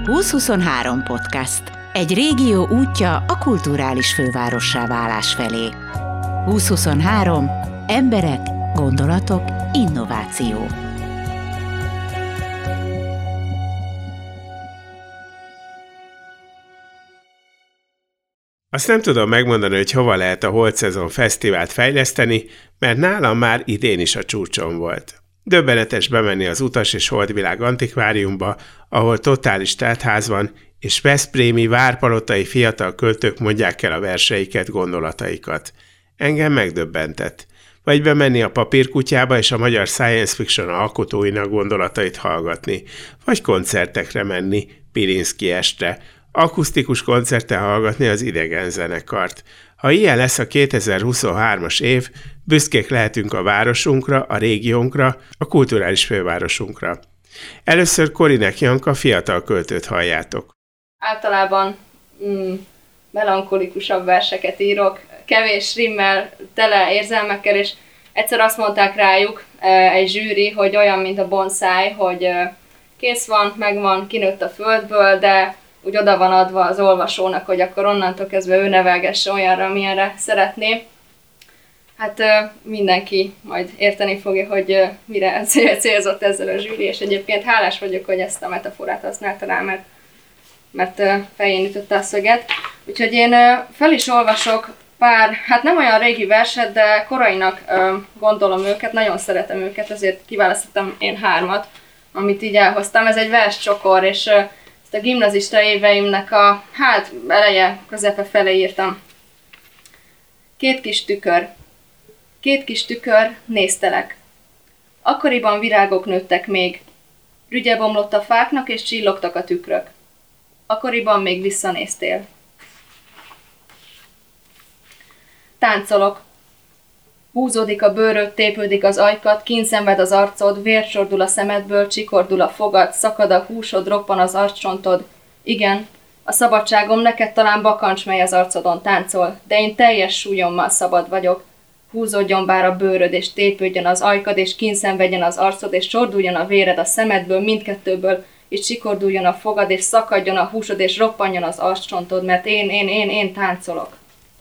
2023 podcast. Egy régió útja a kulturális fővárossá válás felé. 2023. Emberek, gondolatok, innováció. Azt nem tudom megmondani, hogy hova lehet a Holt Szezon Fesztivált fejleszteni, mert nálam már idén is a csúcson volt. Döbbenetes bemenni az Utas és Holdvilág Antikváriumba, ahol totális teltház van, és veszprémi, várpalotai fiatal költők mondják el a verseiket, gondolataikat. Engem megdöbbentett. Vagy bemenni a Papírkutyába és a magyar science fiction alkotóinak gondolatait hallgatni, vagy koncertekre menni, Pilinszky estre, akusztikus koncerten hallgatni az idegen zenekart. Ha ilyen lesz a 2023-as év, büszkék lehetünk a városunkra, a régiónkra, a kulturális fővárosunkra. Először Korinek Janka fiatal költőt halljátok. Általában melankolikusabb verseket írok, kevés rimmel, tele érzelmekkel, és egyszer azt mondták rájuk egy zsűri, hogy olyan, mint a bonszáj, hogy kész van, megvan, kinőtt a földből, de úgy oda van adva az olvasónak, hogy akkor onnantól kezdve ő nevelgesse olyanra, amilyenre szeretné. Hát mindenki majd érteni fogja, hogy mire célzott ezzel a zsűri, és egyébként hálás vagyok, hogy ezt a metaforát használta rá, mert fején ütötte a szöget. Úgyhogy én fel is olvasok pár, hát nem olyan régi verset, de korainak gondolom őket, nagyon szeretem őket, ezért kiválasztottam én 3, amit így elhoztam. Ez egy verscsokor, és ezt a gimnazista éveimnek a eleje, közepe felé írtam. Két kis tükör, néztelek. Akkoriban virágok nőttek még. Rügye bomlott a fáknak, és csillogtak a tükrök. Akkoriban még visszanéztél. Táncolok. Húzódik a bőröd, tépődik az ajkad, kínszenved az arcod, vér csordul a szemedből, csikordul a fogad, szakad a húsod, roppan az arccsontod. Igen, a szabadságom neked talán bakancs, mely az arcodon táncol, de én teljes súlyommal szabad vagyok. Húzódjon bár a bőröd, és tépődjön az ajkad, és kínszenvedjen az arcod, és csorduljon a véred a szemedből, mindkettőből, és csikorduljon a fogad, és szakadjon a húsod, és roppanjon az arccsontod, mert én táncolok.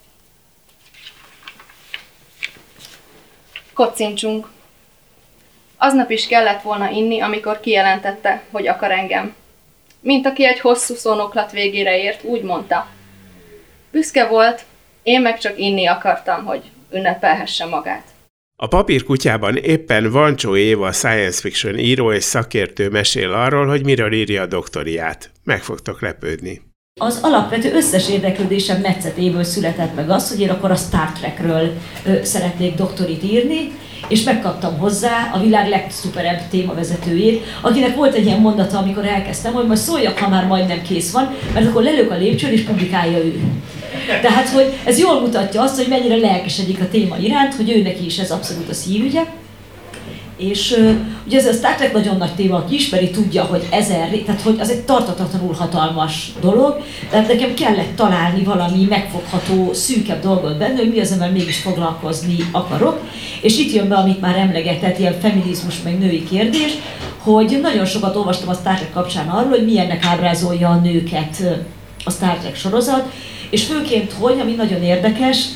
Kocincsunk. Aznap is kellett volna inni, amikor kijelentette, hogy akar engem. Mint aki egy hosszú szónoklat végére ért, úgy mondta. Büszke volt, én meg csak inni akartam, hogy ünnepelhesse magát. A Papírkutyában éppen Vancsó Éva science fiction író és szakértő mesél arról, hogy miről írja a doktoriát. Meg fogtok lepődni. Az alapvető összes érdeklődésem metszetéből született meg az, hogy én akkor a Star Trekről szeretnék doktorit írni, és megkaptam hozzá a világ legszuperebb témavezetőjét, akinek volt egy ilyen mondata, amikor elkezdtem, hogy majd szóljak, ha már majdnem kész van, mert akkor lelök a lépcsőn, és publikálja ő. Tehát, hogy ez jól mutatja azt, hogy mennyire lelkesedik a téma iránt, hogy ő neki is ez abszolút a szívügye. És ugye ez a Star Trek nagyon nagy téma, aki ismeri, tudja, hogy tehát hogy az egy tartatatlanul hatalmas dolog, tehát nekem kellett találni valami megfogható, szűkebb dolgot benne, hogy mi az, amivel mégis foglalkozni akarok. És itt jön be, amit már emlegetett, ilyen feminizmus meg női kérdés, hogy nagyon sokat olvastam a Star Trek kapcsán arról, hogy milyennek ábrázolja a nőket a Star Trek sorozat, és főként, hogy, ami nagyon érdekes,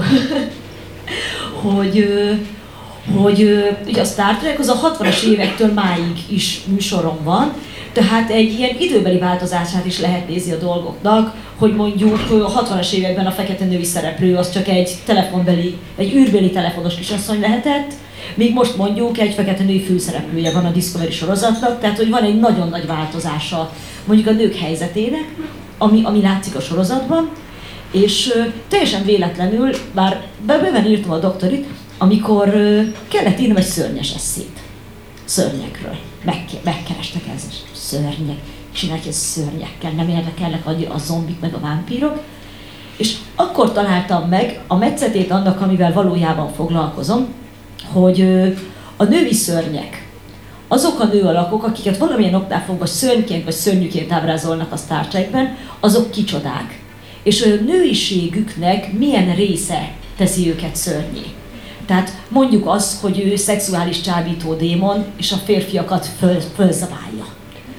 hogy ugye a Star Trek az a 60-as évektől máig is műsoron van, tehát egy ilyen időbeli változását is lehet nézni a dolgoknak, hogy mondjuk a 60-as években a fekete női szereplő az csak egy űrbeli telefonos kisasszony lehetett, míg most mondjuk egy fekete női főszereplője van a Discovery sorozatnak, tehát hogy van egy nagyon nagy változása mondjuk a nők helyzetének, ami látszik a sorozatban, és teljesen véletlenül, bár bőven írtam a doktorit, amikor kellett írnom egy szörnyes esszét. Szörnyekről. Megkerestek ezzel. Szörnyek. Csinálj ez szörnyekkel. Nem érdekelnek a zombik meg a vámpírok. És akkor találtam meg a metszetét annak, amivel valójában foglalkozom, hogy a női szörnyek, azok a nő alakok, akiket valamilyen oknál fogva szörnyként vagy szörnyűként ábrázolnak a Star Trekben, azok kicsodák. És a nőiségüknek milyen része teszi őket szörnyé. Tehát mondjuk az, hogy ő szexuális csábító démon, és a férfiakat fölzabálja.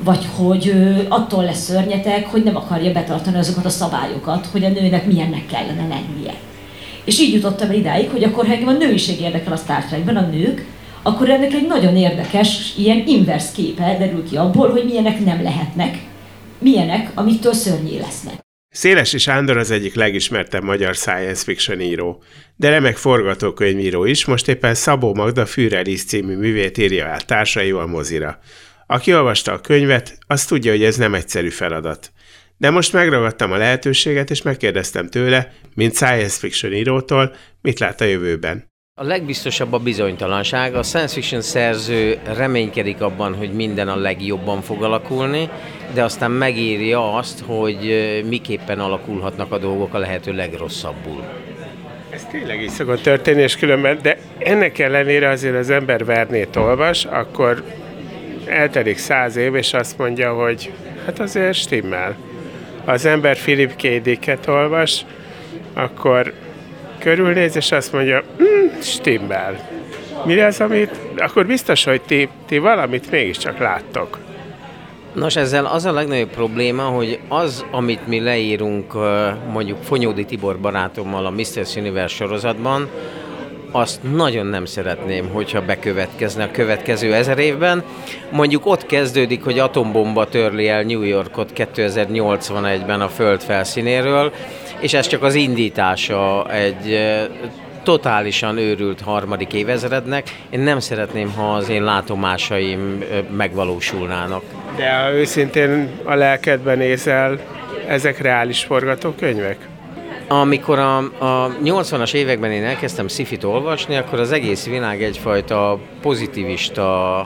vagy hogy attól lesz szörnyetek, hogy nem akarja betartani azokat a szabályokat, hogy a nőnek milyennek kellene lennie. És így jutottam el idáig, hogy akkor ha engem a nőiség érdekel a Star Trekben, a nők, akkor ennek egy nagyon érdekes, ilyen inverse képe derül ki abból, hogy milyenek nem lehetnek, milyenek, amiktől szörnyé lesznek. Szélesi Sándor az egyik legismertebb magyar science fiction író, de remek forgatókönyvíró is, most éppen Szabó Magda Führer című művét írja el társaival mozira. Aki olvasta a könyvet, az tudja, hogy ez nem egyszerű feladat. De most megragadtam a lehetőséget, és megkérdeztem tőle, mint science fiction írótól, mit lát a jövőben. A legbiztosabb a bizonytalanság. A science fiction szerző reménykedik abban, hogy minden a legjobban fog alakulni, de aztán megírja azt, hogy miképpen alakulhatnak a dolgok a lehető legrosszabbul. Ez tényleg így szokott történni, és különben, de ennek ellenére azért az ember Vernét olvas, akkor eltelik 100 év, és azt mondja, hogy hát azért stimmel. Ha az ember Philip K. Dicket olvas, akkor körülnéz, és azt mondja, stimmel. Mi az, amit... Akkor biztos, hogy ti valamit mégiscsak láttok. Nos, ezzel az a legnagyobb probléma, hogy az, amit mi leírunk mondjuk Fonyódi Tibor barátommal a Mr. Universe sorozatban, azt nagyon nem szeretném, hogyha bekövetkezne a következő 1000 évben. Mondjuk ott kezdődik, hogy atombomba törli el New Yorkot 2081-ben a föld felszínéről, és ez csak az indítása egy totálisan őrült harmadik évezrednek. Én nem szeretném, ha az én látomásaim megvalósulnának. De ha őszintén a lelkedben nézel, ezek reális forgatókönyvek? Amikor a 80-as években én elkezdtem sci-fit olvasni, akkor az egész világ egyfajta pozitivista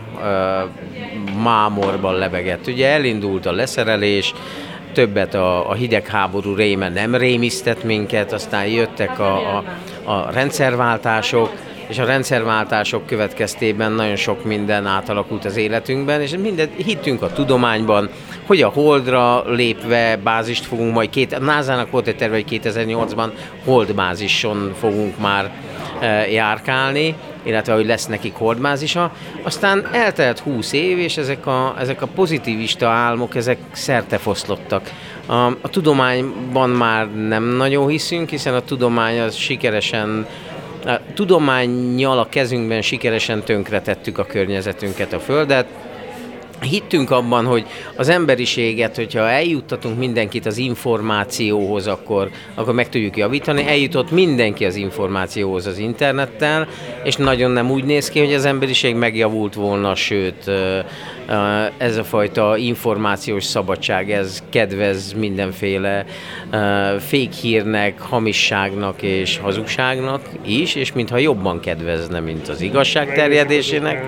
mámorban lebegett. Ugye elindult a leszerelés, többet a hidegháború réme nem rémisztett minket, aztán jöttek a rendszerváltások, és a rendszerváltások következtében nagyon sok minden átalakult az életünkben, és hittünk a tudományban, hogy a Holdra lépve bázist fogunk majd, NASA-nak volt egy terve, hogy 2008-ban holdbázison fogunk már járkálni, illetve hogy lesz nekik holdbázisa. Aztán eltelt 20 év, és ezek a pozitivista álmok, ezek szertefoszlottak. A tudományban már nem nagyon hiszünk, hiszen a tudomány az sikeresen, a tudománnyal a kezünkben sikeresen tönkretettük a környezetünket, a Földet. Hittünk abban, hogy az emberiséget, hogyha eljuttatunk mindenkit az információhoz, akkor meg tudjuk javítani. Eljutott mindenki az információhoz az internettel, és nagyon nem úgy néz ki, hogy az emberiség megjavult volna, sőt, ez a fajta információs szabadság, ez kedvez mindenféle fake hírnek, hamisságnak és hazugságnak is, és mintha jobban kedvezne, mint az igazság terjedésének.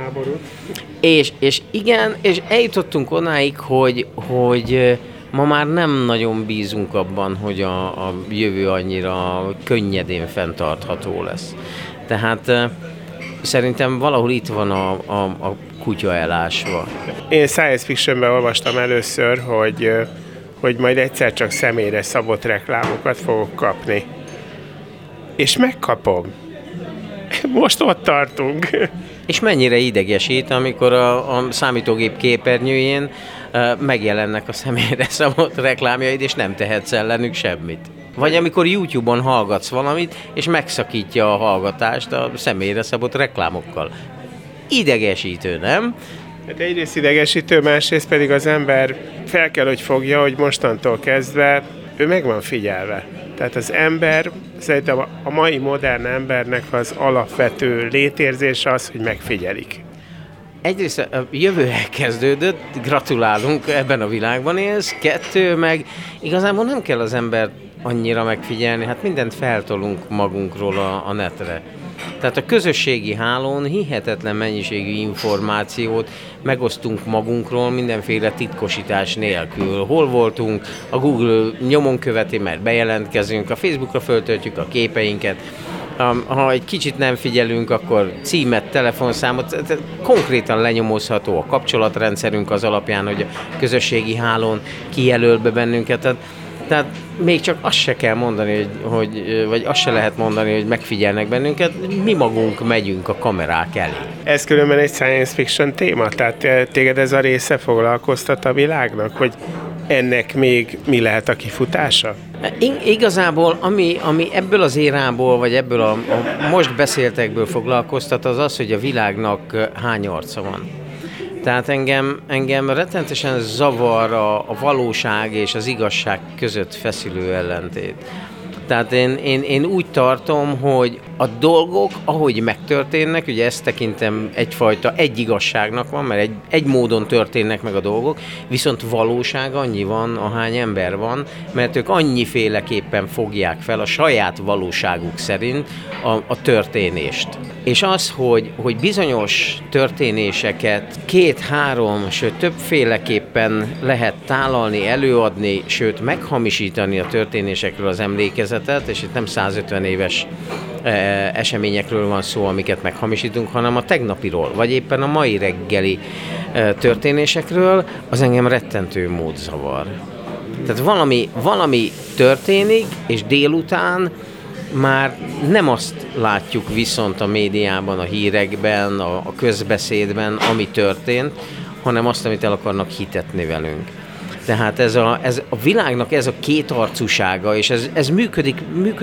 És igen, és eljutottunk onáig, hogy ma már nem nagyon bízunk abban, hogy a jövő annyira könnyedén fenntartható lesz. Tehát szerintem valahol itt van a kutya elásva. Én science fictionben olvastam először, hogy majd egyszer csak személyre szabott reklámokat fogok kapni. És megkapom. Most ott tartunk. És mennyire idegesít, amikor a számítógép képernyőjén megjelennek a személyre szabott reklámjaid, és nem tehetsz ellenük semmit. Vagy amikor YouTube-on hallgatsz valamit, és megszakítja a hallgatást a személyre szabott reklámokkal. Idegesítő, nem? Hát egyrészt idegesítő, másrészt pedig az ember fel kell, hogy fogja, hogy mostantól kezdve ő meg van figyelve. Tehát az ember, szerintem a mai modern embernek az alapvető létérzése az, hogy megfigyelik. Egyrészt a jövő elkezdődött, gratulálunk, ebben a világban élsz. 2, meg igazából nem kell az ember annyira megfigyelni, hát mindent feltolunk magunkról a netre. Tehát a közösségi hálón hihetetlen mennyiségű információt megosztunk magunkról mindenféle titkosítás nélkül. Hol voltunk, a Google nyomon követi, mert bejelentkezünk, a Facebookra föltöltjük a képeinket, ha egy kicsit nem figyelünk, akkor címet, telefonszámot, konkrétan lenyomozható a kapcsolatrendszerünk az alapján, hogy a közösségi hálón kijelöl be bennünket. Tehát Tehát még csak azt se kell mondani, vagy azt se lehet mondani, hogy megfigyelnek bennünket, mi magunk megyünk a kamerák elé. Ez különben egy science fiction téma, tehát téged ez a része foglalkoztat a világnak, hogy ennek még mi lehet a kifutása? Igazából, ami ebből az érából, vagy ebből a most beszéltekből foglalkoztat, az az, hogy a világnak hány arca van. Tehát engem rettentesen zavar a valóság és az igazság között feszülő ellentét. Tehát én úgy tartom, hogy a dolgok, ahogy megtörténnek, ugye ezt tekintem egy igazságnak van, mert egy módon történnek meg a dolgok, viszont valóság annyi van, ahány ember van, mert ők annyiféleképpen fogják fel a saját valóságuk szerint a történést. És az, hogy bizonyos történéseket 2-3, sőt többféleképpen lehet tálalni, előadni, sőt meghamisítani a történésekről az emlékezetet, és itt nem 150 éves eseményekről van szó, amiket meghamisítunk, hanem a tegnapiról, vagy éppen a mai reggeli történésekről, az engem rettentő mód zavar. Tehát valami történik, és délután már nem azt látjuk viszont a médiában, a hírekben, a közbeszédben, ami történt, hanem azt, amit el akarnak hitetni velünk. Tehát ez a világnak ez a kétarcúsága, és ez működik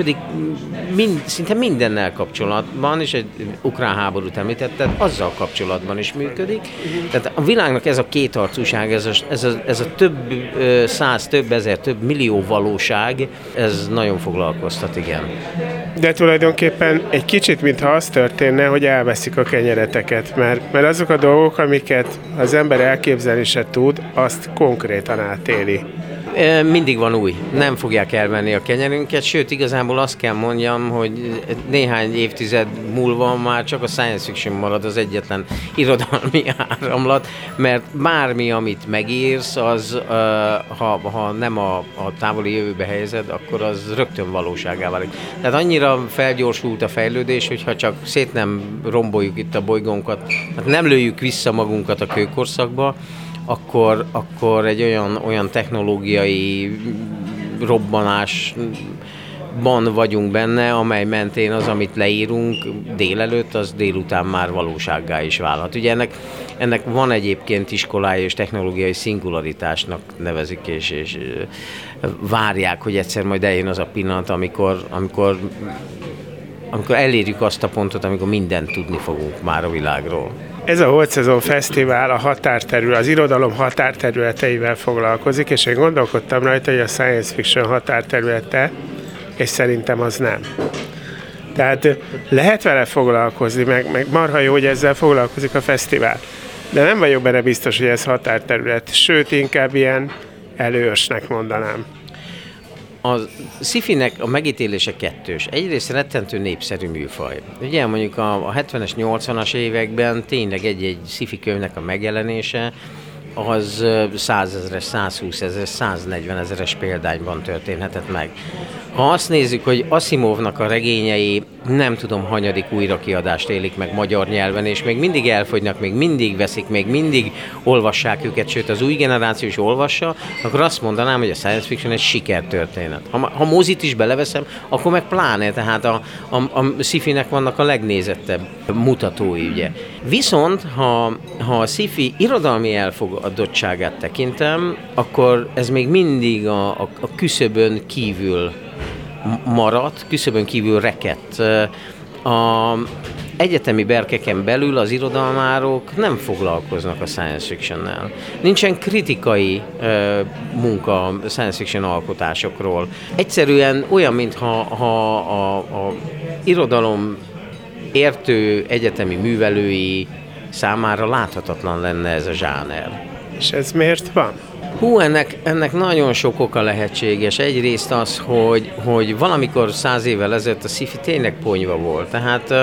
szinte mindennel kapcsolatban, és egy ukrán háborút említetted, azzal kapcsolatban is működik. Tehát a világnak ez a kétarcúság, ez a több száz, több ezer, több millió valóság, ez nagyon foglalkoztat, igen. De tulajdonképpen egy kicsit, mintha az történne, hogy elveszik a kenyereteket, mert azok a dolgok, amiket az ember elképzelni se tud, azt konkrétan átéli. Mindig van új. Nem fogják elvenni a kenyerünket, sőt, igazából azt kell mondjam, hogy néhány évtized múlva már csak a science fiction marad az egyetlen irodalmi áramlat, mert bármi, amit megírsz, az, ha nem a távoli jövőbe helyezed, akkor az rögtön valóságá válik. Tehát annyira felgyorsult a fejlődés, hogyha csak szét nem romboljuk itt a bolygónkat, hát nem lőjük vissza magunkat a kőkorszakba, akkor egy olyan technológiai robbanásban vagyunk benne, amely mentén az, amit leírunk délelőtt, az délután már valósággá is válhat. Ugye ennek van egyébként iskolája és technológiai szingularitásnak nevezik, és várják, hogy egyszer majd eljön az a pillanat, amikor elérjük azt a pontot, amikor mindent tudni fogunk már a világról. Ez a Holt Szezon Fesztivál az irodalom határterületeivel foglalkozik, és én gondolkodtam rajta, hogy a science fiction határterülete, és szerintem az nem. Tehát lehet vele foglalkozni, meg marha jó, hogy ezzel foglalkozik a fesztivál. De nem vagyok benne biztos, hogy ez határterület, sőt, inkább ilyen előösnek mondanám. A sci-finek a megítélése kettős. Egyrészt rettentő népszerű műfaj. Ugye mondjuk a 70-es, 80-as években tényleg egy sci-fi könyvnek a megjelenése az 100 000, 120 000, 140 000 példányban történhetett meg. Ha azt nézzük, hogy Asimovnak a regényei nem tudom hanyadik újrakiadást élik meg magyar nyelven, és még mindig elfogynak, még mindig veszik, még mindig olvassák őket, sőt az új generáció is olvassa, akkor azt mondanám, hogy a science fiction egy sikertörténet. Ha mozit is beleveszem, akkor meg pláne, tehát a sci-finek vannak a legnézettebb mutatói, ugye. Viszont, ha a sci-fi irodalmi elfogadottságát tekintem, akkor ez még mindig a küszöbön kívül maradt, küszöbön kívül rekedt. A egyetemi berkeken belül az irodalmárok nem foglalkoznak a science fiction-nel. Nincsen kritikai munka a science fiction alkotásokról. Egyszerűen olyan, mintha a irodalom értő egyetemi művelői számára láthatatlan lenne ez a zsáner. És ez miért van? Ennek nagyon sok oka lehetséges. Egyrészt az, hogy valamikor 100 évvel ezelőtt a sci-fi tényleg ponyva volt. Tehát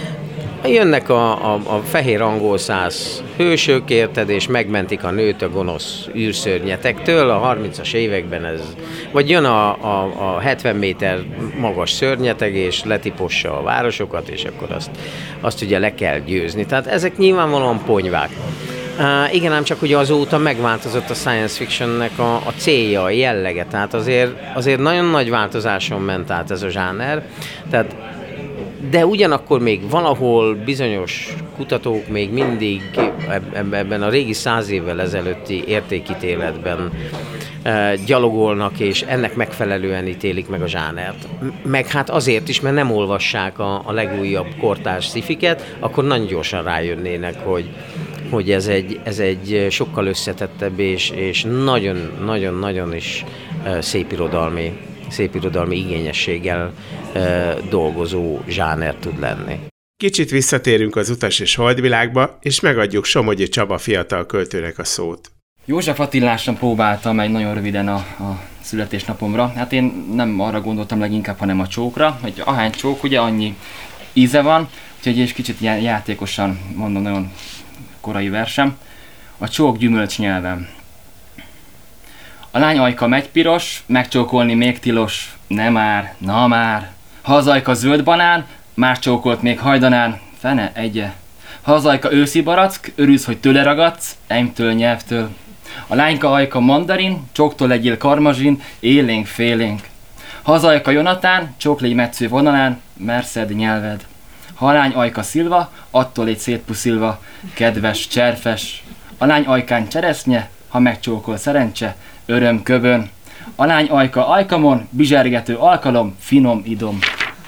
jönnek a fehér angol száz hősök, érted, és megmentik a nőt a gonosz űrszörnyetektől a 30-as években ez. Vagy jön a 70 méter magas szörnyeteg, és letipossa a városokat, és akkor azt ugye le kell győzni. Tehát ezek nyilvánvalóan ponyvák. Igen, ám csak ugye azóta megváltozott a science fictionnek a célja, a jellege, tehát azért nagyon nagy változáson ment át ez a zsáner, tehát, de ugyanakkor még valahol bizonyos kutatók még mindig ebben a régi 100 évvel ezelőtti értékítéletben gyalogolnak, és ennek megfelelően ítélik meg a zsánert. Meg hát azért is, mert nem olvassák a legújabb kortárs sci-fiket, akkor nagyon gyorsan rájönnének, hogy ez egy sokkal összetettebb és nagyon-nagyon is szép irodalmi igényességgel dolgozó zsáner tud lenni. Kicsit visszatérünk az Utas és Holdvilágba, és megadjuk Somogyi Csaba fiatal költőnek a szót. József Attilással próbáltam egy nagyon röviden a születésnapomra. Hát én nem arra gondoltam leginkább, hanem a csókra, hogy ahány csók, ugye annyi íze van, úgyhogy egy kicsit ilyen játékosan mondom, nagyon korai versem. A csók gyümölcs nyelven. A lány ajka megy piros, megcsókolni még tilos, ne már, na már. Ha az ajka zöld banán, már csókolt még hajdanán, fene egye. Ha az ajka őszi barack, örülsz, hogy tőle ragadsz, enytől, nyelvtől. A lányka ajka mandarin, csóktól legyél karmazsin, élénk, félénk. Ha az ajka Jonatán, csók légy metsző vonalán, merszed nyelved. Ha a lány ajka Szilva, attól légy szétpuszilva, kedves, cserfes. A lány ajkán cseresznye, ha megcsókol szerencse, öröm köbön. A lány ajka ajkamon, bizsergető alkalom, finom idom.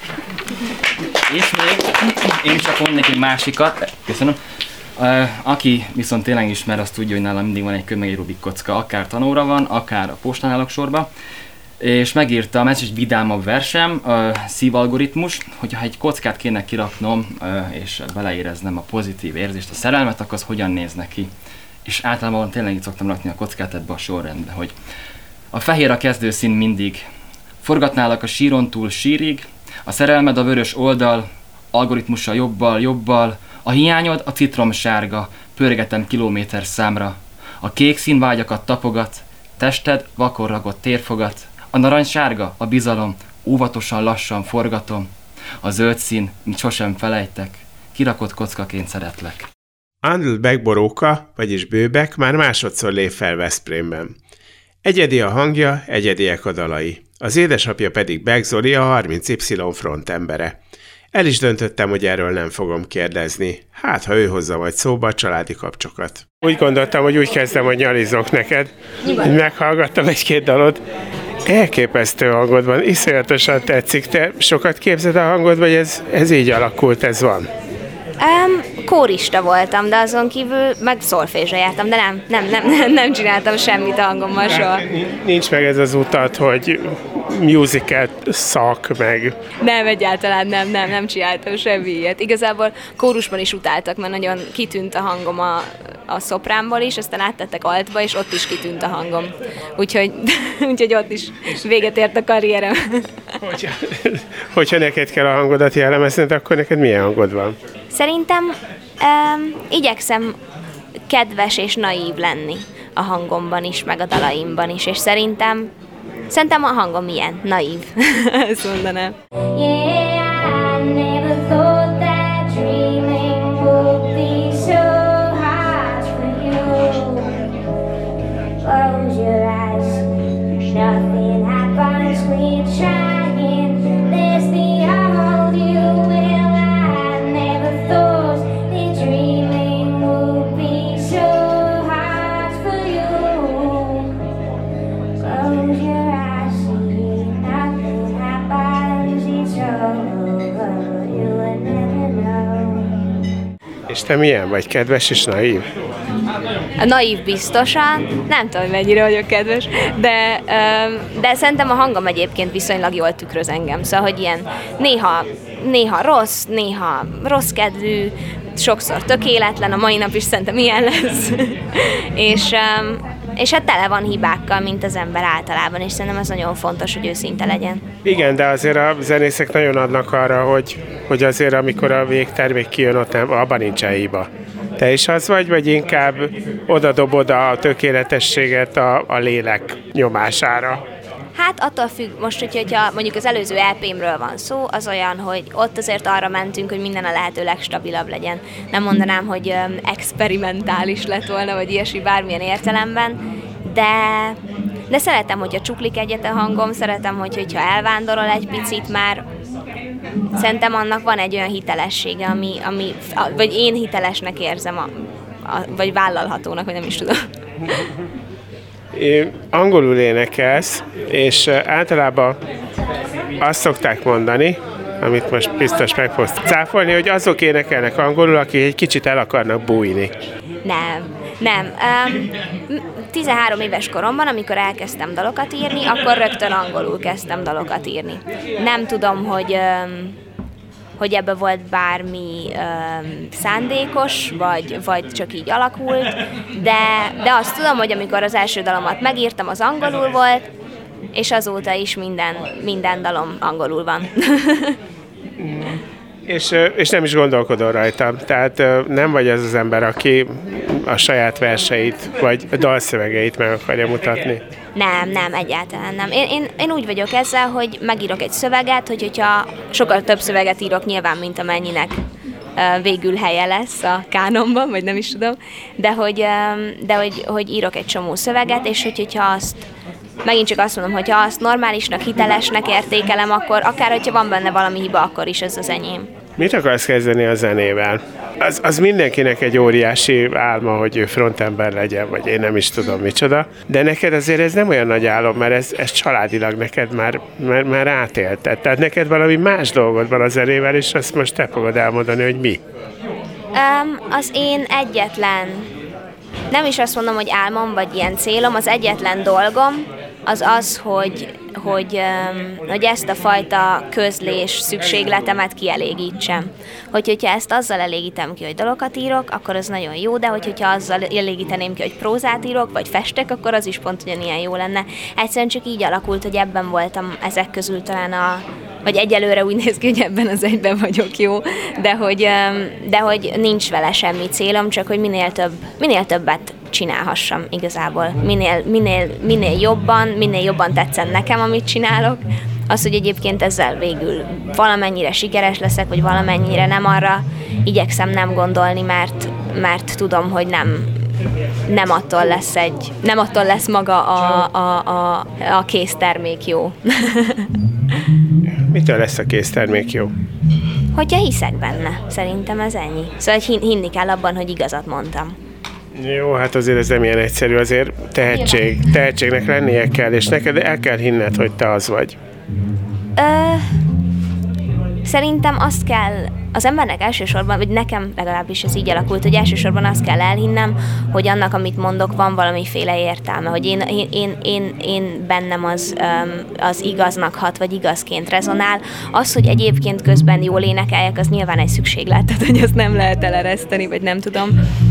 És még én csak mondnék egy másikat, köszönöm. Aki viszont tényleg ismer, azt tudja, hogy nálam mindig van egy könyv, egy Rubik kocka, akár tanóra van, akár a postán állok sorba. És megírtam, ez is egy vidámabb versem, szívalgoritmus, hogyha egy kockát kéne kiraknom, és beleéreznem a pozitív érzést, a szerelmet, akkor az hogyan nézne ki. És általában tényleg így szoktam rakni a kockát ebbe a sorrendbe, hogy a fehér a kezdőszín mindig, forgatnálak a síron túl sírig, a szerelmed a vörös oldal, algoritmussal jobbal, a hiányod a citromsárga, pörgetem kilométer számra, a kék szín vágyakat tapogat, tested vakon ragott térfogat, a narancssárga a bizalom, óvatosan lassan forgatom, a zöld szín, mint sosem felejtek, kirakott kockaként szeretlek. Andl Beck-boróka, vagyis Bőbek már másodszor lép fel Veszprémben. Egyedi a hangja, egyediek a dalai. Az édesapja pedig Beck Zoli, a 30Y frontembere. El is döntöttem, hogy erről nem fogom kérdezni. Hát, ha ő hozza majd szóba a családi kapcsokat. Úgy gondoltam, hogy úgy kezdem, hogy nyalizok neked. Meghallgattam egy-két dalot. Elképesztő hangod van, iszonyatosan tetszik. Te sokat képzed a hangod, vagy ez így alakult, ez van? Kórista voltam, de azon kívül meg szolfésra jártam, de nem csináltam semmit a hangommal soha. Nincs meg ez az utat, hogy musical szak meg. Nem, egyáltalán nem csináltam semmi ilyet. Igazából kórusban is utáltak, mert nagyon kitűnt a hangom a szopránból is, aztán áttettek altba, és ott is kitűnt a hangom. Úgyhogy ott is véget ért a karrierem. Hogyha neked kell a hangodat jellemezned, akkor neked milyen hangod van? Szerintem igyekszem kedves és naív lenni a hangomban is, meg a dalaimban is, és szerintem a hangom ilyen, naív, ezt mondanám. És te milyen vagy? Kedves és naív? A naív biztosan, nem tudom, mennyire vagyok kedves, de szerintem a hangom egyébként viszonylag jól tükröz engem, szóval, hogy ilyen néha rossz kedvű, sokszor tökéletlen, a mai nap is szerintem ilyen lesz, és hát tele van hibákkal, mint az ember általában, és szerintem ez nagyon fontos, hogy őszinte legyen. Igen, de azért a zenészek nagyon adnak arra, hogy azért amikor a végtermék kijön, ott abban nincsen hiba. Te is az vagy inkább oda dobod a tökéletességet a lélek nyomására? Hát attól függ, most, hogyha mondjuk az előző EP-mről van szó, az olyan, hogy ott azért arra mentünk, hogy minden a lehető legstabilabb legyen. Nem mondanám, hogy experimentális lett volna, vagy ilyesmi bármilyen értelemben, de szeretem, hogyha csuklik egyet a hangom, szeretem, hogyha elvándorol egy picit már. Szerintem annak van egy olyan hitelessége, ami vagy én hitelesnek érzem, vagy vállalhatónak, vagy nem is tudom. Angolul énekelsz, és általában azt szokták mondani, amit most biztos meg fogsz cáfolni, hogy azok énekelnek angolul, akik egy kicsit el akarnak bújni. Nem. 13 éves koromban, amikor elkezdtem dalokat írni, akkor rögtön angolul kezdtem dalokat írni. Nem tudom, hogy ebbe volt bármi szándékos, vagy csak így alakult, de azt tudom, hogy amikor az első dalomat megírtam, az angolul volt, és azóta is minden dalom angolul van. És nem is gondolkodol rajta. Tehát nem vagy az ember, aki a saját verseit, vagy a dalszövegeit meg akarja mutatni. Nem, egyáltalán nem. Én úgy vagyok ezzel, hogy megírok egy szöveget, hogyha sokkal több szöveget írok nyilván, mint amennyinek végül helye lesz a kánonban, vagy nem is tudom, de hogy írok egy csomó szöveget, és hogyha azt megint csak azt mondom, hogyha azt normálisnak, hitelesnek értékelem, akkor akár, hogyha van benne valami hiba, akkor is ez az enyém. Mit akarsz kezdeni a zenével? Az mindenkinek egy óriási álma, hogy ő frontember legyen, vagy én nem is tudom micsoda. De neked azért ez nem olyan nagy álom, mert ez családilag neked már átélted. Tehát neked valami más dolgod van a zenével, és azt most te fogod elmondani, hogy mi? Az én egyetlen, nem is azt mondom, hogy álmom, vagy ilyen célom, az egyetlen dolgom, az, hogy ezt a fajta közlés szükségletemet kielégítsem. Hogyha ezt azzal elégítem ki, hogy dalokat írok, akkor az nagyon jó, de hogyha azzal elégíteném ki, hogy prózát írok, vagy festek, akkor az is pont ugyanilyen jó lenne. Egyszerűen csak így alakult, hogy ebben voltam ezek közül talán vagy egyelőre úgy néz ki, hogy ebben az egyben vagyok jó, de hogy nincs vele semmi célom, csak hogy minél többet csinálhassam igazából. Minél jobban tetszen nekem, amit csinálok. Az, hogy egyébként ezzel végül valamennyire sikeres leszek, vagy valamennyire nem, arra igyekszem nem gondolni, mert tudom, hogy nem attól lesz maga a késztermék jó. Mitől lesz a késztermék jó? Hogyha hiszek benne, szerintem ez ennyi. Szóval hinni kell abban, hogy igazat mondtam. Jó, hát azért ez nem ilyen egyszerű, azért tehetségnek lennie kell, és neked el kell hinned, hogy te az vagy. Szerintem azt kell az embernek elsősorban, vagy nekem legalábbis ez így alakult, hogy elsősorban azt kell elhinnem, hogy annak, amit mondok, van valamiféle értelme, hogy én bennem az igaznak hat, vagy igazként rezonál. Az, hogy egyébként közben jól énekeljek, az nyilván egy szükséglet, tehát hogy azt nem lehet elereszteni, vagy nem tudom,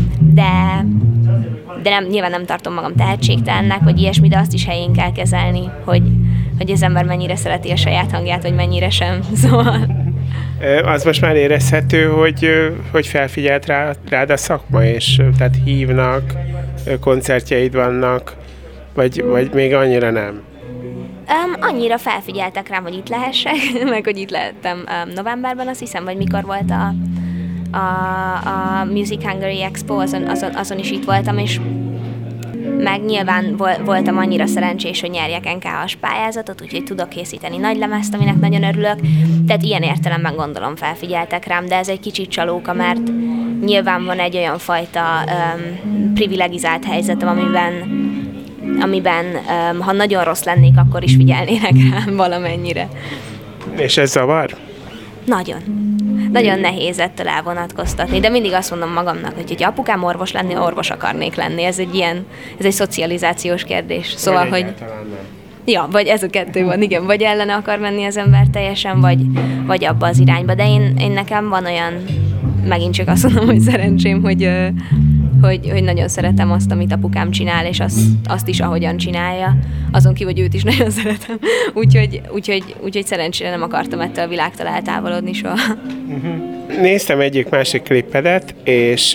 de nyilván nem tartom magam tehetségtelennek, vagy ilyesmi, de azt is helyén kell kezelni, hogy az ember mennyire szereti a saját hangját, vagy mennyire sem. Szóval... Az most már érezhető, hogy felfigyelt rád a szakma, és tehát hívnak, koncertjeid vannak, vagy még annyira nem? Annyira felfigyeltek rám, hogy itt lehessek, meg hogy itt lehettem novemberben, azt hiszem, vagy mikor volt a Music Hungary Expo, azon is itt voltam, és meg nyilván voltam annyira szerencsés, hogy nyerjek NKH-s pályázatot, úgyhogy tudok készíteni nagylemezt, aminek nagyon örülök. Tehát ilyen értelemben gondolom felfigyeltek rám, de ez egy kicsit csalóka, mert nyilván van egy olyan fajta privilegizált helyzetem, amiben ha nagyon rossz lennék, akkor is figyelnének rám valamennyire. És ez zavar? Nagyon nehéz ettől elvonatkoztatni, de mindig azt mondom magamnak, hogy apukám orvos lenni, orvos akarnék lenni. Ez egy szocializációs kérdés. Szóval, hogy... Ja, vagy ez a kettő van, igen, vagy ellene akar menni az ember teljesen, vagy abba az irányba. De én nekem van olyan, megint csak azt mondom, hogy szerencsém, hogy nagyon szeretem azt, amit apukám csinál, és azt is, ahogyan csinálja. Azon kívül, hogy őt is nagyon szeretem. Úgyhogy szerencsére nem akartam ettől a világtól eltávolodni soha. Néztem egyik másik klippedet, és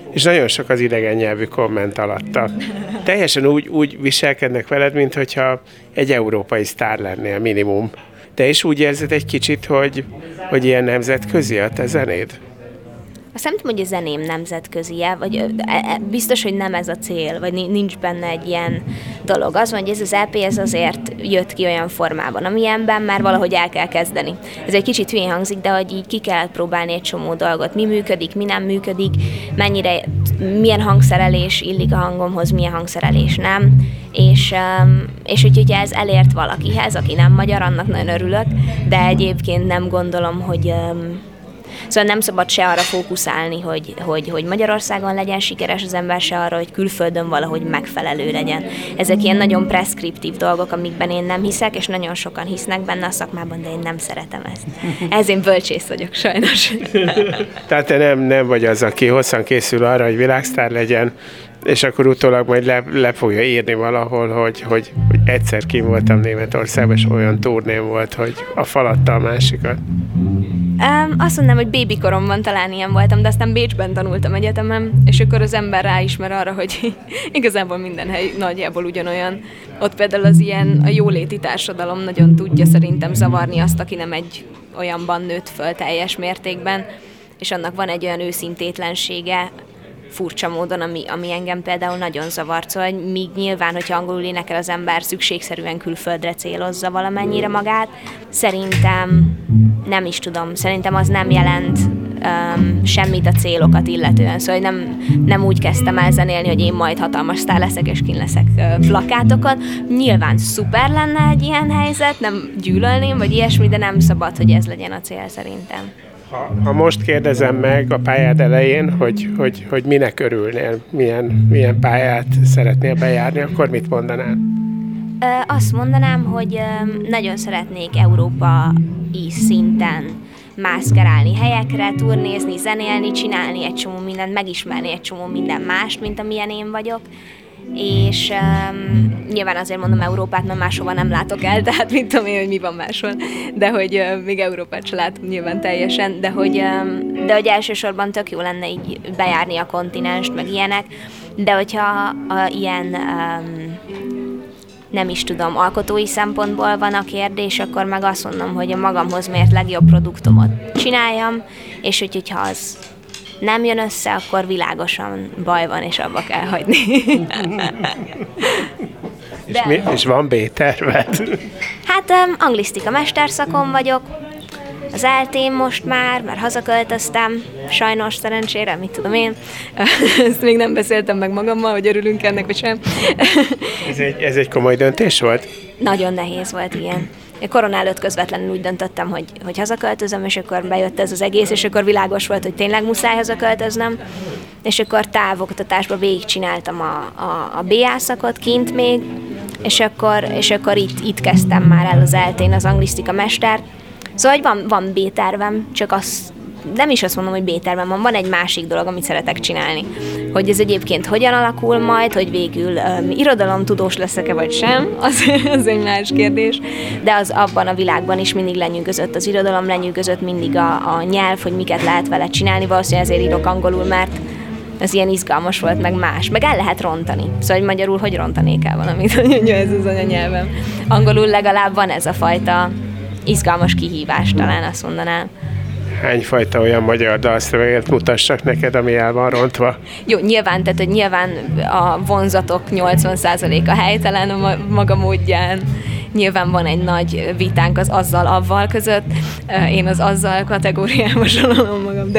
és nagyon sok az idegen nyelvű komment alatta. Teljesen úgy viselkednek veled, mintha egy európai sztár lennél minimum. Te is úgy érzed egy kicsit, hogy ilyen nemzetközi a te zenéd? Azt nem tudom, hogy a zeném nemzetközi-e, vagy biztos, hogy nem ez a cél, vagy nincs benne egy ilyen dolog. Az van, hogy ez az EP ez azért jött ki olyan formában, amilyenben már valahogy el kell kezdeni. Ez egy kicsit hülyén hangzik, de hogy így ki kellett próbálni egy csomó dolgot. Mi működik, mi nem működik, milyen hangszerelés illik a hangomhoz, milyen hangszerelés nem. És hogyha ez elért valakihez, aki nem magyar, annak nagyon örülök, de egyébként nem gondolom, hogy... Szóval nem szabad se arra fókuszálni, hogy Magyarországon legyen sikeres az ember, se arra, hogy külföldön valahogy megfelelő legyen. Ezek ilyen nagyon preszkriptív dolgok, amikben én nem hiszek, és nagyon sokan hisznek benne a szakmában, de én nem szeretem ezt. Ez én bölcsész vagyok, sajnos. Tehát te nem vagy az, aki hosszan készül arra, hogy világsztár legyen, és akkor utólag majd le fogja írni valahol, hogy egyszer kim voltam Németországban, és olyan turném volt, hogy a falatta a másikat. Azt mondanám, hogy bébikoromban talán ilyen voltam, de aztán Bécsben tanultam egyetemen, és akkor az ember ráismer arra, hogy igazából minden hely nagyjából ugyanolyan. Ott például az ilyen a jóléti társadalom nagyon tudja szerintem zavarni azt, aki nem egy olyanban nőtt föl teljes mértékben, és annak van egy olyan őszintétlensége, furcsa módon, ami engem például nagyon zavart. Szóval míg nyilván, hogyha angolul énekel az ember, szükségszerűen külföldre célozza valamennyire magát. Szerintem nem is tudom, szerintem az nem jelent semmit a célokat illetően. Szóval nem úgy kezdtem el zenélni, hogy én majd hatalmas sztár leszek, és kint leszek plakátokon. Nyilván szuper lenne egy ilyen helyzet, nem gyűlölném, vagy ilyesmi, de nem szabad, hogy ez legyen a cél szerintem. Ha most kérdezem meg a pályád elején, hogy minek örülnél, milyen pályát szeretnél bejárni, akkor mit mondanál? Azt mondanám, hogy nagyon szeretnék európai szinten mászkálni helyekre, turnézni, zenélni, csinálni egy csomó mindent, megismerni egy csomó minden mást, mint amilyen én vagyok. És nyilván azért mondom Európát, mert máshova nem látok el, tehát mit tudom én, hogy mi van máshol, de hogy még Európát se látom nyilván teljesen, de hogy elsősorban tök jó lenne így bejárni a kontinenst, meg ilyenek, de hogyha ilyen nem is tudom, alkotói szempontból van a kérdés, akkor meg azt mondom, hogy a magamhoz mért legjobb produktumot csináljam, és hogyha az nem jön össze, akkor világosan baj van, és abba kell hagyni. És van B-terved? Hát anglisztika mesterszakon vagyok, az eltén most már, mert hazaköltöztem, sajnos, szerencsére, mit tudom én. Ezt még nem beszéltem meg magammal, hogy örülünk ennek, vagy sem. Ez egy komoly döntés volt? Nagyon nehéz volt, igen. Korona előtt közvetlenül úgy döntöttem, hogy hazaköltözöm, és akkor bejött ez az egész, és akkor világos volt, hogy tényleg muszáj hazaköltöznöm, és akkor távoktatásban végigcsináltam a BA szakot kint még, és akkor itt kezdtem már el az eltén az anglisztika mestert. Szóval, hogy van B-tervem, csak nem is azt mondom, hogy B-tervem van egy másik dolog, amit szeretek csinálni. Hogy ez egyébként hogyan alakul majd, hogy végül irodalomtudós leszek-e vagy sem, az egy más kérdés. De az abban a világban is mindig lenyűgözött az irodalom, lenyűgözött mindig a nyelv, hogy miket lehet vele csinálni. Valószínűleg ezért írok angolul, mert ez ilyen izgalmas volt, meg más. Meg el lehet rontani. Szóval, hogy magyarul hogy rontanék el valamit, hogy ez az anyanyelvem. Angolul legalább van ez a fajta izgalmas kihívás, talán azt mondanám. Hányfajta olyan magyar dalszöveget mutassak neked, ami el van rontva? Jó, nyilván, tehát hogy nyilván a vonzatok 80%-a helytelen a maga módján. Nyilván van egy nagy vitánk az azzal-avval között. Én az azzal kategóriába sorolom magam,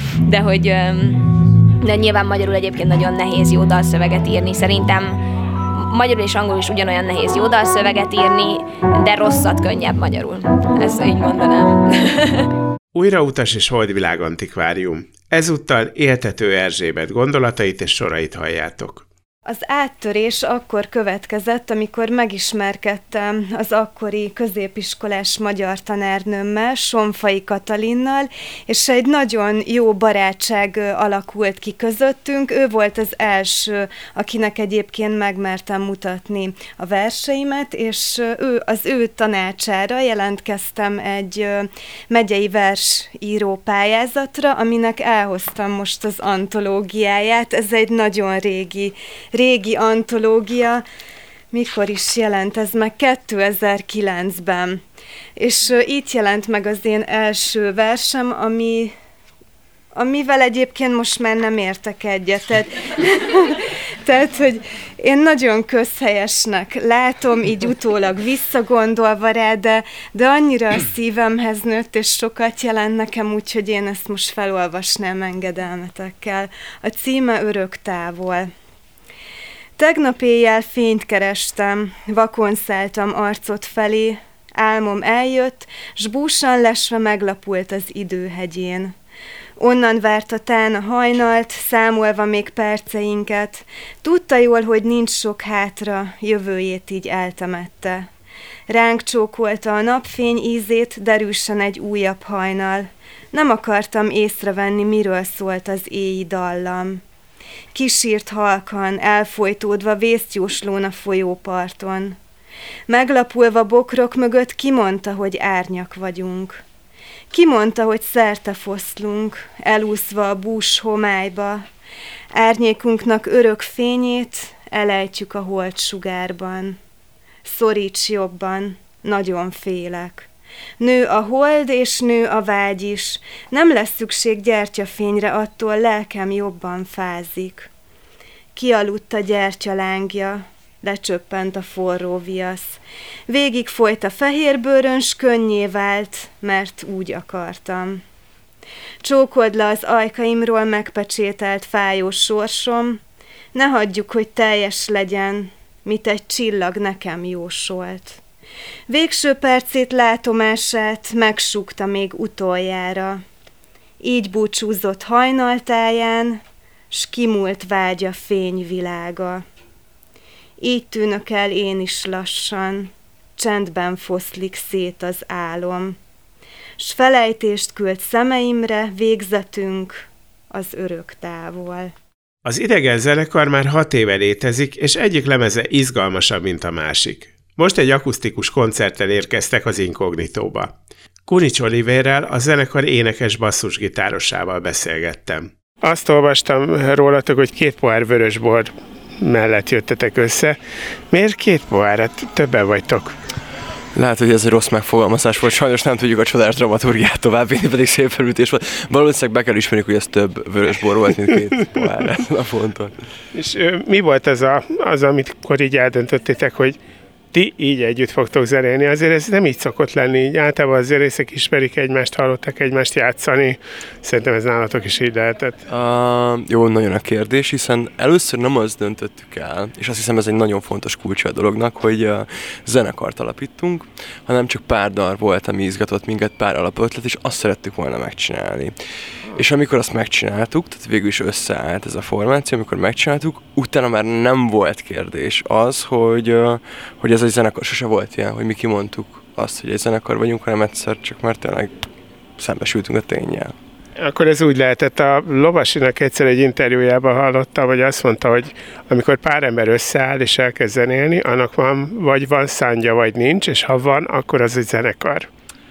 de nyilván magyarul egyébként nagyon nehéz jó dalszöveget írni. Szerintem magyarul és angolul is ugyanolyan nehéz jó dalszöveget írni, de rosszat könnyebb magyarul. Ezt így mondanám. Újrautas és Holdvilág Antikvárium. Ezúttal Éltető Erzsébet gondolatait és sorait halljátok. Az áttörés akkor következett, amikor megismerkedtem az akkori középiskolás magyar tanárnőmmel, Sonfai Katalinnal, és egy nagyon jó barátság alakult ki közöttünk. Ő volt az első, akinek egyébként megmertem mutatni a verseimet, és az ő tanácsára jelentkeztem egy megyei versíró pályázatra, aminek elhoztam most az antológiáját. Ez egy nagyon régi antológia, mikor is jelent ez meg? 2009-ben. És itt jelent meg az én első versem, amivel egyébként most már nem értek egyet. Tehát, hogy én nagyon közhelyesnek látom, így utólag visszagondolva rá, de annyira a szívemhez nőtt, és sokat jelent nekem, úgyhogy én ezt most felolvasnám engedelmetekkel. A címe Örök távol. Tegnap éjjel fényt kerestem, vakon szálltam arcot felé, álmom eljött, s búsan lesve meglapult az időhegyén. Onnan várta tán a hajnalt, számolva még perceinket, tudta jól, hogy nincs sok hátra, jövőjét így eltemette. Ránk csókolta a napfény ízét, derűsen egy újabb hajnal. Nem akartam észrevenni, miről szólt az éji dallam. Kisírt halkan, elfojtódva vészjóslón a folyóparton. Meglapulva bokrok mögött kimondta, hogy árnyak vagyunk. Kimondta, hogy szerte foszlunk, elúszva a bús homályba. Árnyékunknak örök fényét elejtjük a holdsugárban. Szoríts jobban, nagyon félek. Nő a hold és nő a vágy is, nem lesz szükség gyertyafényre, attól lelkem jobban fázik. Kialudt a gyertyalángja, lecsöppent a forró viasz. Végig folyt a fehérbőrön, s könnyé vált, mert úgy akartam. Csókold le az ajkaimról megpecsételt fájós sorsom, ne hagyjuk, hogy teljes legyen, mit egy csillag nekem jósolt. Végső percét látomását megsúgta még utoljára. Így búcsúzott hajnaltáján, s kimúlt vágya fényvilága. Így tűnök el én is lassan, csendben foszlik szét az álom, s felejtést küld szemeimre végzetünk az örök távol. Az Idegen zenekar már 6 éve létezik, és egyik lemeze izgalmasabb, mint a másik. Most egy akusztikus koncerttel érkeztek az Inkognitóba. Kunics Olivérrel, a zenekar énekes basszusgitárosával beszélgettem. Azt olvastam rólatok, hogy 2 pohár vörösbor mellett jöttetek össze. Miért 2 pohár? Hát többen vagytok. Lehet, hogy ez egy rossz megfogalmazás volt, sajnos nem tudjuk a csodás dramaturgiát továbbvinni, pedig szép felütés volt. Valószínűleg be kell ismerni, hogy ez több vörösbor volt, mint 2 pohár ezen a ponton. És mi volt az, amikor így eldöntöttétek, hogy ti így együtt fogtok zenélni? Azért ez nem így szokott lenni, így általában az zenészek ismerik egymást, hallottak egymást játszani. Szerintem ez nálatok is így lehetett. Jó, nagyon a kérdés, hiszen először nem azt döntöttük el, és azt hiszem ez egy nagyon fontos kulcsa a dolognak, hogy zenekart alapítunk, hanem csak pár dal volt, ami izgatott minket, pár alapötlet, és azt szerettük volna megcsinálni. És amikor azt megcsináltuk, tehát végül is összeállt ez a formáció, amikor megcsináltuk, utána már nem volt kérdés az, hogy ez egy zenekar, sose volt ilyen, hogy mi kimondtuk azt, hogy egy zenekar vagyunk, hanem egyszer csak már tényleg szembesültünk a ténnyel. Akkor ez úgy lehetett, a Lovasinak egyszer egy interjújában hallotta, vagy azt mondta, hogy amikor pár ember összeáll és elkezd zenélni, annak van szándja, vagy nincs, és ha van, akkor az egy zenekar.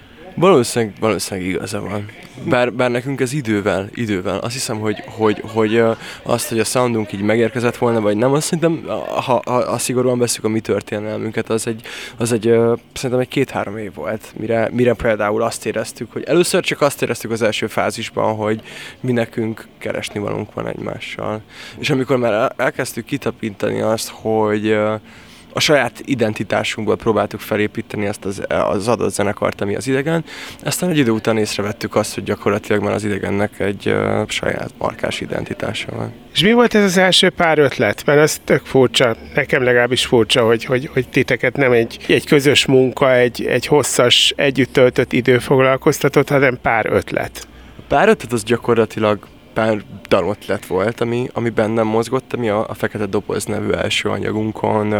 Valószínűleg igaza van. Bár nekünk ez idővel, azt hiszem, hogy azt, hogy a soundunk így megérkezett volna, vagy nem, azt szerintem, ha szigorúan veszük a mi történelmünket, az egy szerintem egy 2-3 év volt, mire például azt éreztük, hogy először csak azt éreztük az első fázisban, hogy mi nekünk keresni valunk van egymással. És amikor már elkezdtük kitapintani azt, hogy a saját identitásunkból próbáltuk felépíteni ezt az adott zenekart, ami az Idegen. Aztán egy idő után észrevettük azt, hogy gyakorlatilag már az Idegennek egy saját markás identitása van. És mi volt ez az első pár ötlet? Mert ez tök furcsa, nekem legalábbis furcsa, hogy titeket nem egy közös munka, egy hosszas, együtt töltött idő foglalkoztatott, hanem pár ötlet. A pár ötlet az gyakorlatilag pár dalotlet volt, ami bennem mozgott, ami a Fekete Doboz nevű első anyagunkon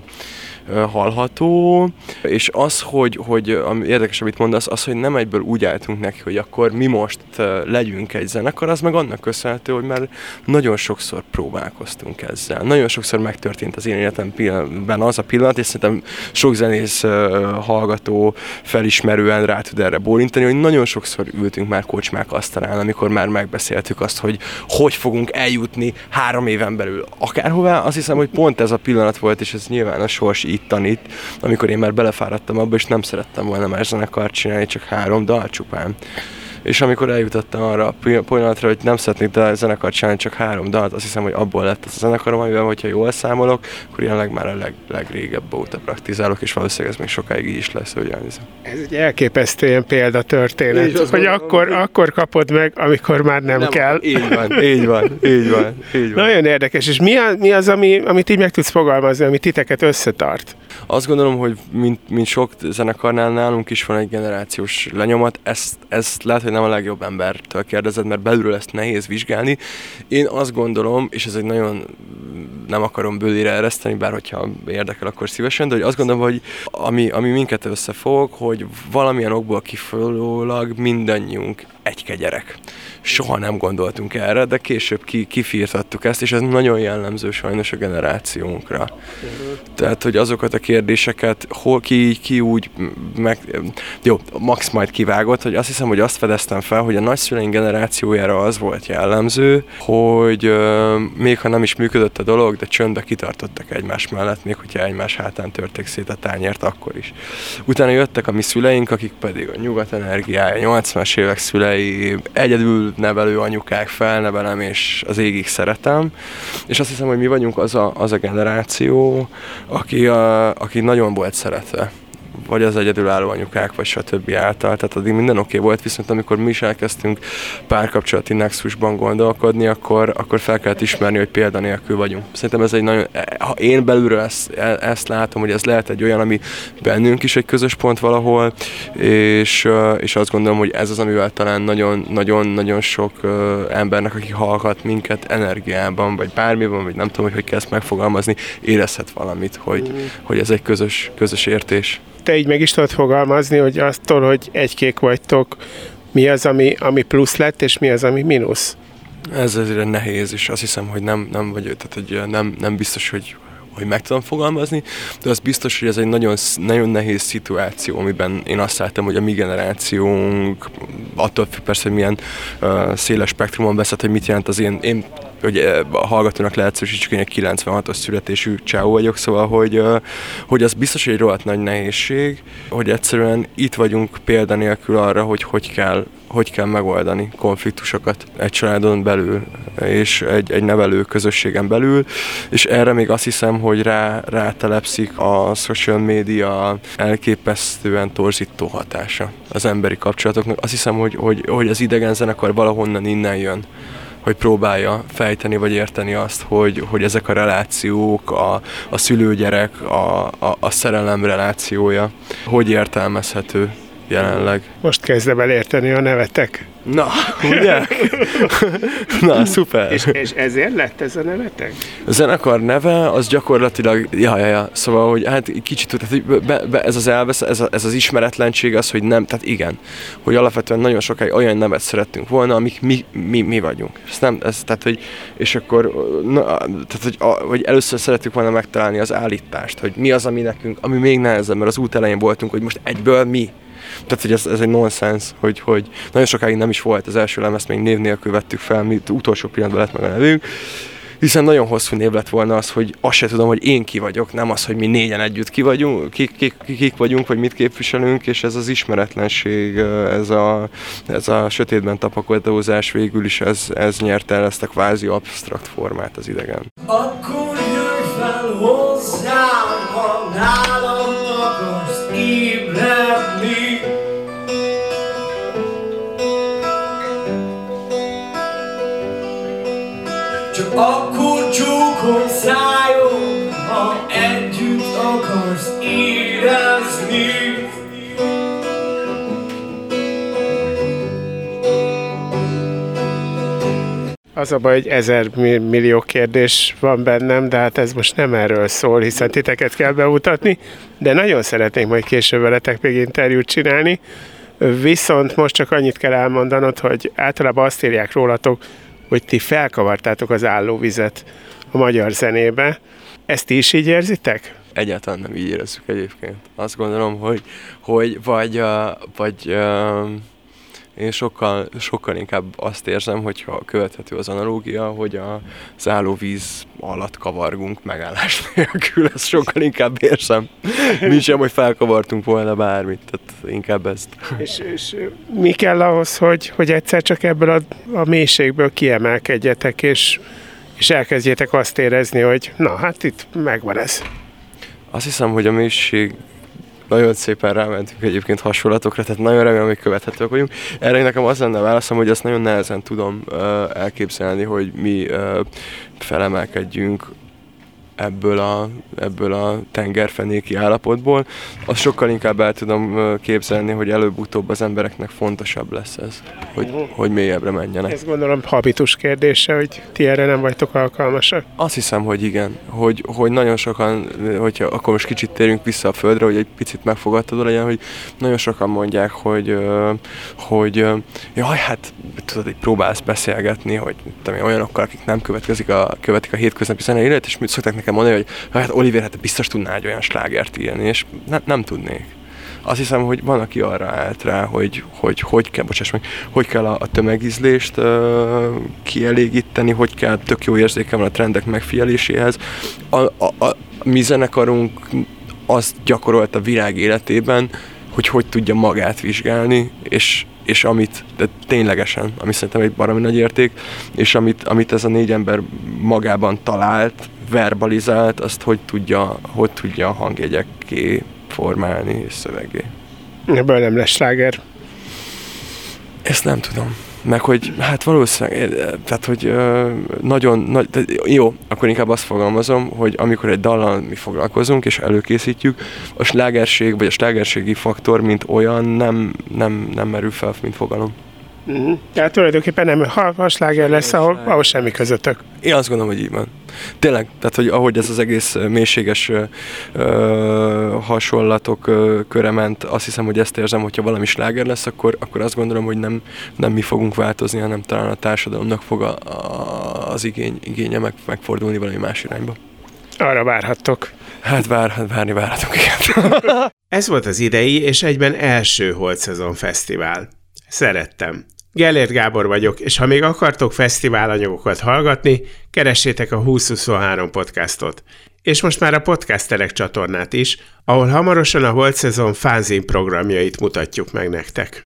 hallható, és az, hogy ami érdekes, amit mondasz, az, hogy nem egyből úgy álltunk neki, hogy akkor mi most legyünk egy zenekar, az meg annak köszönhető, hogy már nagyon sokszor próbálkoztunk ezzel. Nagyon sokszor megtörtént az én életemben az a pillanat, és szerintem sok zenész hallgató felismerően rá tud erre bólintani, hogy nagyon sokszor ültünk már kocsmák asztalán, amikor már megbeszéltük azt, hogy fogunk eljutni 3 éven belül akárhová. Azt hiszem, hogy pont ez a pillanat volt, és ez nyilván a sors így tanít, amikor én már belefáradtam abba, és nem szerettem volna már zenekart csinálni, csak 3 dal csupán. És amikor eljutottam arra a pillanatra, hogy nem szeretnék zenekart csinálni, csak 3 dalt, azt hiszem, hogy abból lett az a zenekarom, amiben, hogyha jól számolok, akkor jelenleg már a legrégebb óta praktizálok, és valószínűleg ez még sokáig így is lesz, hogy elnézem. Ez egy elképesztő ilyen példatörténet, hogy akkor kapod meg, amikor már nem kell. Így van. Nagyon érdekes, és mi az, amit így meg tudsz fogalmazni, ami titeket összetart? Azt gondolom, hogy mint sok zenekarnál nálunk is van egy generációs lenyomat, ezt lehet, hogy nem a legjobb embertől kérdezed, mert belülről ezt nehéz vizsgálni. Én azt gondolom, és ez egy nagyon nem akarom bőlére ereszteni, bár hogyha érdekel, akkor szívesen, de hogy azt gondolom, hogy ami minket összefog, hogy valamilyen okból kifolyólag mindannyiunk egyke gyerek. Soha nem gondoltunk erre, de később kifirtattuk ezt, és ez nagyon jellemző sajnos a generációnkra. Tehát, hogy azokat a kérdéseket, ki úgy jó, Max majd kivágott, hogy azt hiszem, hogy azt fedeztem fel, hogy a nagyszüleink generációjára az volt jellemző, hogy még ha nem is működött a dolog, de csöndbe kitartottak egymás mellett, még hogyha egymás hátán törték szét a tányért, akkor is. Utána jöttek a mi szüleink, akik pedig a nyugat energiája, 80-as évek szülei, egyedül nevelő anyukák, felnevelem és az égig szeretem. És azt hiszem, hogy mi vagyunk az a generáció, aki nagyon volt szeretve. Vagy az egyedülálló anyukák, vagy stb. Által. Tehát addig minden oké volt, viszont amikor mi is elkezdtünk párkapcsolati nexusban gondolkodni, akkor fel kellett ismerni, hogy példanélkül vagyunk. Szerintem ez egy nagyon, ha én belülről ezt látom, hogy ez lehet egy olyan, ami bennünk is egy közös pont valahol, és azt gondolom, hogy ez az, amivel talán nagyon sok embernek, aki hallgat minket energiában, vagy bármiban, vagy nem tudom, hogy kell ezt megfogalmazni, érezhet valamit, hogy ez egy közös értés. Te így meg is tudod fogalmazni, hogy attól, hogy egykék vagytok, mi az, ami plusz lett, és mi az, ami mínusz? Ez azért nehéz, és azt hiszem, hogy nem vagy, tehát hogy nem biztos, hogy meg tudom fogalmazni, de az biztos, hogy ez egy nagyon nehéz szituáció, amiben én azt láttam, hogy a mi generációnk, attól függ persze, hogy milyen széles spektrumon beszélt, hogy mit jelent az én hogy a hallgatónak leegyszerűsítsük, én egy 96-os születésű csáó vagyok, szóval, hogy az biztos, hogy egy rohadt nagy nehézség, hogy egyszerűen itt vagyunk példanélkül arra, hogy kell megoldani konfliktusokat egy családon belül, és egy nevelő közösségen belül, és erre még azt hiszem, hogy rátelepszik a social media elképesztően torzító hatása az emberi kapcsolatoknak. Azt hiszem, hogy az idegen zenekar valahonnan innen jön, hogy próbálja fejteni vagy érteni azt, hogy ezek a relációk, a szülő-gyerek, a szerelem relációja, hogy értelmezhető jelenleg. Most kezdem el érteni a nevetek. Na, ugye? Na, szuper. És ezért lett ez a nevetek? A zenekar neve az gyakorlatilag, szóval, hogy hát kicsit, tehát, ez az elvesz, ez az ismeretlenség az, hogy nem, tehát igen, hogy alapvetően nagyon sokáig olyan nevet szerettünk volna, amik mi vagyunk. Tehát, hogy, és akkor, hogy először szerettük volna megtalálni az állítást, hogy mi az, ami nekünk, ami még nehezebb, mert az út elején voltunk, hogy most egyből mi. Tehát, hogy ez egy nonsens, hogy nagyon sokáig nem is volt az első lemezt, még név nélkül vettük fel, mi utolsó pillanatban lett meg a nevünk, hiszen nagyon hosszú név lett volna az, hogy azt se tudom, hogy én ki vagyok, nem az, hogy mi négyen együtt kik vagyunk, vagy mit képviselünk, és ez az ismeretlenség, ez a sötétben tapakodózás végül is ez nyerte el ezt a kvázi absztrakt formát az idegen. Akkor jöjj fel hozzám, ha nálam akarsz ébredni. Csak akkor csókolj szájon, ha együtt akarsz érezni. Az a baj, hogy 1000 millió kérdés van bennem, de hát ez most nem erről szól, hiszen titeket kell bemutatni, de nagyon szeretnénk majd később veletek még interjút csinálni. Viszont most csak annyit kell elmondanod, hogy általában azt írják rólatok, hogy ti felkavartátok az állóvizet a magyar zenébe. Ezt ti is így érzitek? Egyáltalán nem így érezzük egyébként. Azt gondolom, hogy én sokkal inkább azt érzem, hogyha követhető az analógia, hogy az állóvíz alatt kavargunk megállás nélkül. Ezt sokkal inkább érzem, mint sem, hogy felkavartunk volna bármit. Tehát inkább ezt. És mi kell ahhoz, hogy egyszer csak ebből a mélységből kiemelkedjetek, és elkezdjétek azt érezni, hogy na, hát itt megvan ez. Azt hiszem, hogy a mélység nagyon szépen rámentünk egyébként hasonlatokra, tehát nagyon remélem, hogy követhetők vagyunk. Erre nekem az lenne a válaszom, hogy azt nagyon nehezen tudom elképzelni, hogy mi felemelkedjünk ebből a tengerfenéki állapotból. Azt sokkal inkább el tudom képzelni, hogy előbb-utóbb az embereknek fontosabb lesz ez, hogy mélyebbre menjenek. Ez gondolom habitus kérdése, hogy ti erre nem vagytok alkalmasak. Azt hiszem, hogy igen, hogy nagyon sokan, hogyha akkor most kicsit térjünk vissza a földre, hogy egy picit megfogadható legyen, hogy nagyon sokan mondják, hogy jaj, hát tudod, hogy próbálsz beszélgetni, hogy olyanokkal, akik nem követik a hétköznapi zenei élet, és szokták nekem mondani, hogy hát Oliver, hát biztos tudná egy olyan slágert írni, és nem tudnék. Azt hiszem, hogy van, aki arra állt rá, hogy kell a tömegízlést kielégíteni, hogy kell tök jó érzékem van a trendek megfigyeléséhez. Mi zenekarunk azt gyakorolt a világ életében, hogy tudja magát vizsgálni, és amit, de ténylegesen, ami szerintem egy baromi nagy érték, és amit ez a 4 ember magában talált, verbalizált, azt hogy tudja a hangjegyekké formálni és szöveggé. Ebből nem lesz sláger. Ezt nem tudom. Meg hogy, hát valószínűleg, tehát hogy nagyon, jó, akkor inkább azt fogalmazom, hogy amikor egy dallal mi foglalkozunk és előkészítjük, a slágerség vagy a slágerségi faktor, mint olyan nem merül fel, mint fogalom. Tehát tulajdonképpen nem, ha a sláger lesz, ahol semmi közöttök. Én azt gondolom, hogy így van. Tényleg, tehát hogy ahogy ez az egész mélységes hasonlatok köre ment, azt hiszem, hogy ezt érzem, hogyha valami sláger lesz, akkor azt gondolom, hogy nem mi fogunk változni, hanem talán a társadalomnak fog az igénye megfordulni valami más irányba. Arra várhattok. Hát várni várhatunk, igen. Ez volt az idei és egyben első Holt Szezon Fesztivál. Szerettem. Gellért Gábor vagyok, és ha még akartok fesztiválanyagokat hallgatni, keressétek a 2023 podcastot. És most már a Podcasterek csatornát is, ahol hamarosan a Holt Szezon fanzine programjait mutatjuk meg nektek.